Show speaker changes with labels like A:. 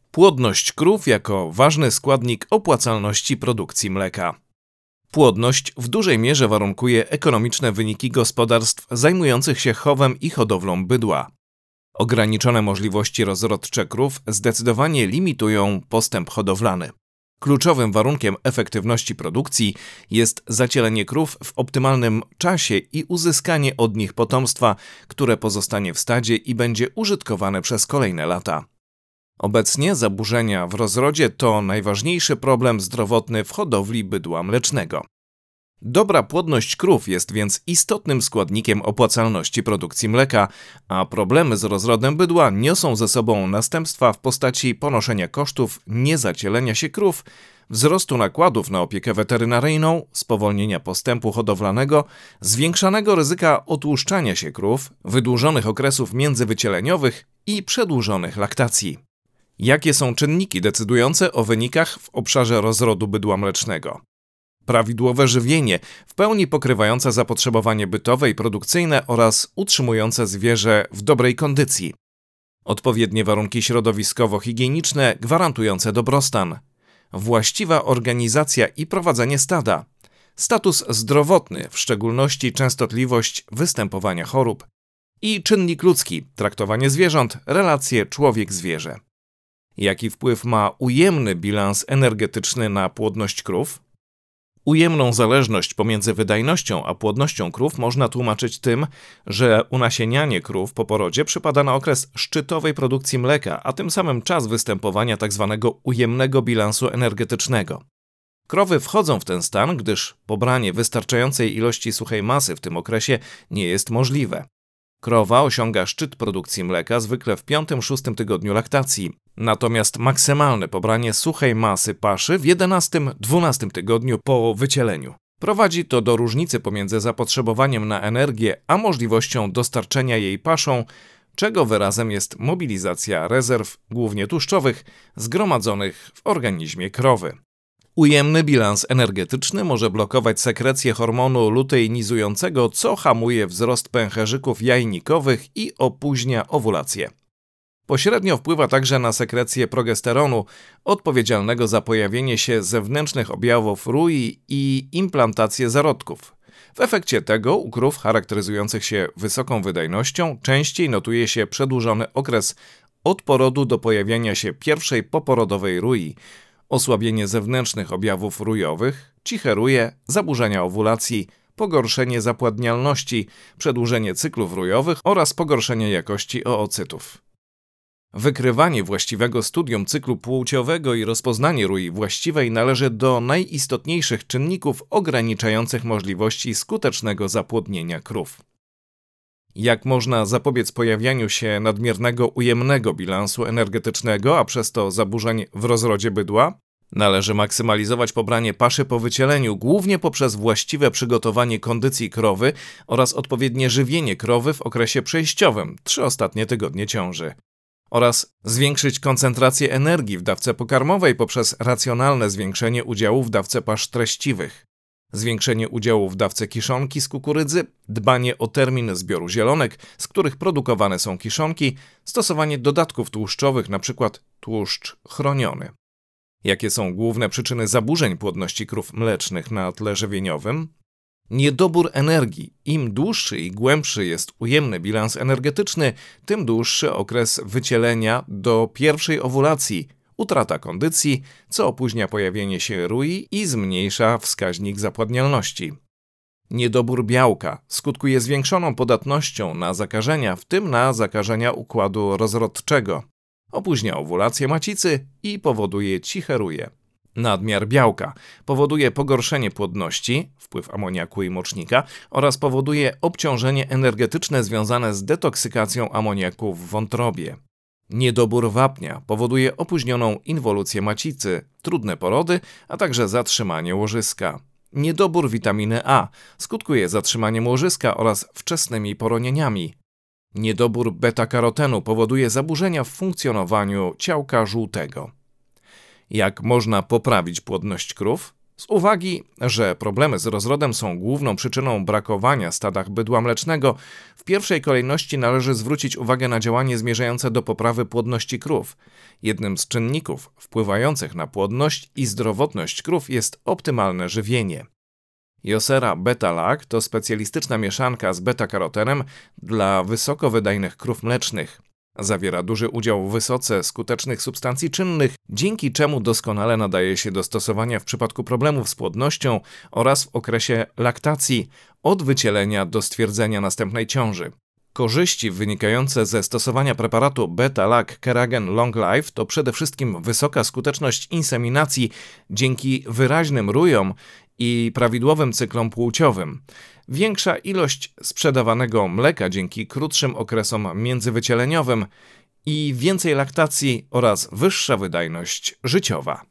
A: Płodność krów jako ważny składnik opłacalności produkcji mleka. Płodność w dużej mierze warunkuje ekonomiczne wyniki gospodarstw zajmujących się chowem i hodowlą bydła. Ograniczone możliwości rozrodcze krów zdecydowanie limitują postęp hodowlany. Kluczowym warunkiem efektywności produkcji jest zacielenie krów w optymalnym czasie i uzyskanie od nich potomstwa, które pozostanie w stadzie i będzie użytkowane przez kolejne lata. Obecnie zaburzenia w rozrodzie to najważniejszy problem zdrowotny w hodowli bydła mlecznego. Dobra płodność krów jest więc istotnym składnikiem opłacalności produkcji mleka, a problemy z rozrodem bydła niosą ze sobą następstwa w postaci ponoszenia kosztów niezacielenia się krów, wzrostu nakładów na opiekę weterynaryjną, spowolnienia postępu hodowlanego, zwiększonego ryzyka otłuszczania się krów, wydłużonych okresów międzywycieleniowych i przedłużonych laktacji. Jakie są czynniki decydujące o wynikach w obszarze rozrodu bydła mlecznego? Prawidłowe żywienie, w pełni pokrywające zapotrzebowanie bytowe i produkcyjne oraz utrzymujące zwierzę w dobrej kondycji. Odpowiednie warunki środowiskowo-higieniczne gwarantujące dobrostan. Właściwa organizacja i prowadzenie stada. Status zdrowotny, w szczególności częstotliwość występowania chorób. I czynnik ludzki, traktowanie zwierząt, relacje człowiek-zwierzę. Jaki wpływ ma ujemny bilans energetyczny na płodność krów? Ujemną zależność pomiędzy wydajnością a płodnością krów można tłumaczyć tym, że unasienianie krów po porodzie przypada na okres szczytowej produkcji mleka, a tym samym czas występowania tzw. ujemnego bilansu energetycznego. Krowy wchodzą w ten stan, gdyż pobranie wystarczającej ilości suchej masy w tym okresie nie jest możliwe. Krowa osiąga szczyt produkcji mleka zwykle w 5-6 tygodniu laktacji, natomiast maksymalne pobranie suchej masy paszy w 11-12 tygodniu po wycieleniu. Prowadzi to do różnicy pomiędzy zapotrzebowaniem na energię a możliwością dostarczenia jej paszą, czego wyrazem jest mobilizacja rezerw, głównie tłuszczowych, zgromadzonych w organizmie krowy. Ujemny bilans energetyczny może blokować sekrecję hormonu luteinizującego, co hamuje wzrost pęcherzyków jajnikowych i opóźnia owulację. Pośrednio wpływa także na sekrecję progesteronu, odpowiedzialnego za pojawienie się zewnętrznych objawów rui i implantację zarodków. W efekcie tego u krów charakteryzujących się wysoką wydajnością częściej notuje się przedłużony okres od porodu do pojawiania się pierwszej poporodowej rui, osłabienie zewnętrznych objawów rujowych, ciche ruje, zaburzenia owulacji, pogorszenie zapładnialności, przedłużenie cyklów rujowych oraz pogorszenie jakości oocytów. Wykrywanie właściwego studium cyklu płciowego i rozpoznanie rui właściwej należy do najistotniejszych czynników ograniczających możliwości skutecznego zapłodnienia krów. Jak można zapobiec pojawianiu się nadmiernego ujemnego bilansu energetycznego, a przez to zaburzeń w rozrodzie bydła? Należy maksymalizować pobranie paszy po wycieleniu, głównie poprzez właściwe przygotowanie kondycji krowy oraz odpowiednie żywienie krowy w okresie przejściowym, 3 ostatnie tygodnie ciąży. Oraz zwiększyć koncentrację energii w dawce pokarmowej poprzez racjonalne zwiększenie udziału w dawce pasz treściwych. Zwiększenie udziału w dawce kiszonki z kukurydzy, dbanie o termin zbioru zielonek, z których produkowane są kiszonki, stosowanie dodatków tłuszczowych, np. tłuszcz chroniony. Jakie są główne przyczyny zaburzeń płodności krów mlecznych na tle żywieniowym? Niedobór energii. Im dłuższy i głębszy jest ujemny bilans energetyczny, tym dłuższy okres wycielenia do pierwszej owulacji, utrata kondycji, co opóźnia pojawienie się rui i zmniejsza wskaźnik zapładnialności. Niedobór białka skutkuje zwiększoną podatnością na zakażenia, w tym na zakażenia układu rozrodczego. Opóźnia owulację macicy i powoduje ciche ruje. Nadmiar białka powoduje pogorszenie płodności, wpływ amoniaku i mocznika oraz powoduje obciążenie energetyczne związane z detoksykacją amoniaku w wątrobie. Niedobór wapnia powoduje opóźnioną inwolucję macicy, trudne porody, a także zatrzymanie łożyska. Niedobór witaminy A skutkuje zatrzymaniem łożyska oraz wczesnymi poronieniami. Niedobór beta-karotenu powoduje zaburzenia w funkcjonowaniu ciałka żółtego. Jak można poprawić płodność krów? Z uwagi, że problemy z rozrodem są główną przyczyną brakowania w stadach bydła mlecznego, w pierwszej kolejności należy zwrócić uwagę na działanie zmierzające do poprawy płodności krów. Jednym z czynników wpływających na płodność i zdrowotność krów jest optymalne żywienie. Josera Beta-Lac to specjalistyczna mieszanka z beta-karotenem dla wysokowydajnych krów mlecznych. Zawiera duży udział wysoce skutecznych substancji czynnych, dzięki czemu doskonale nadaje się do stosowania w przypadku problemów z płodnością oraz w okresie laktacji, od wycielenia do stwierdzenia następnej ciąży. Korzyści wynikające ze stosowania preparatu Beta-Lac Keragen Long Life to przede wszystkim wysoka skuteczność inseminacji dzięki wyraźnym rójom i prawidłowym cyklom płciowym, większa ilość sprzedawanego mleka dzięki krótszym okresom międzywycieleniowym i więcej laktacji oraz wyższa wydajność życiowa.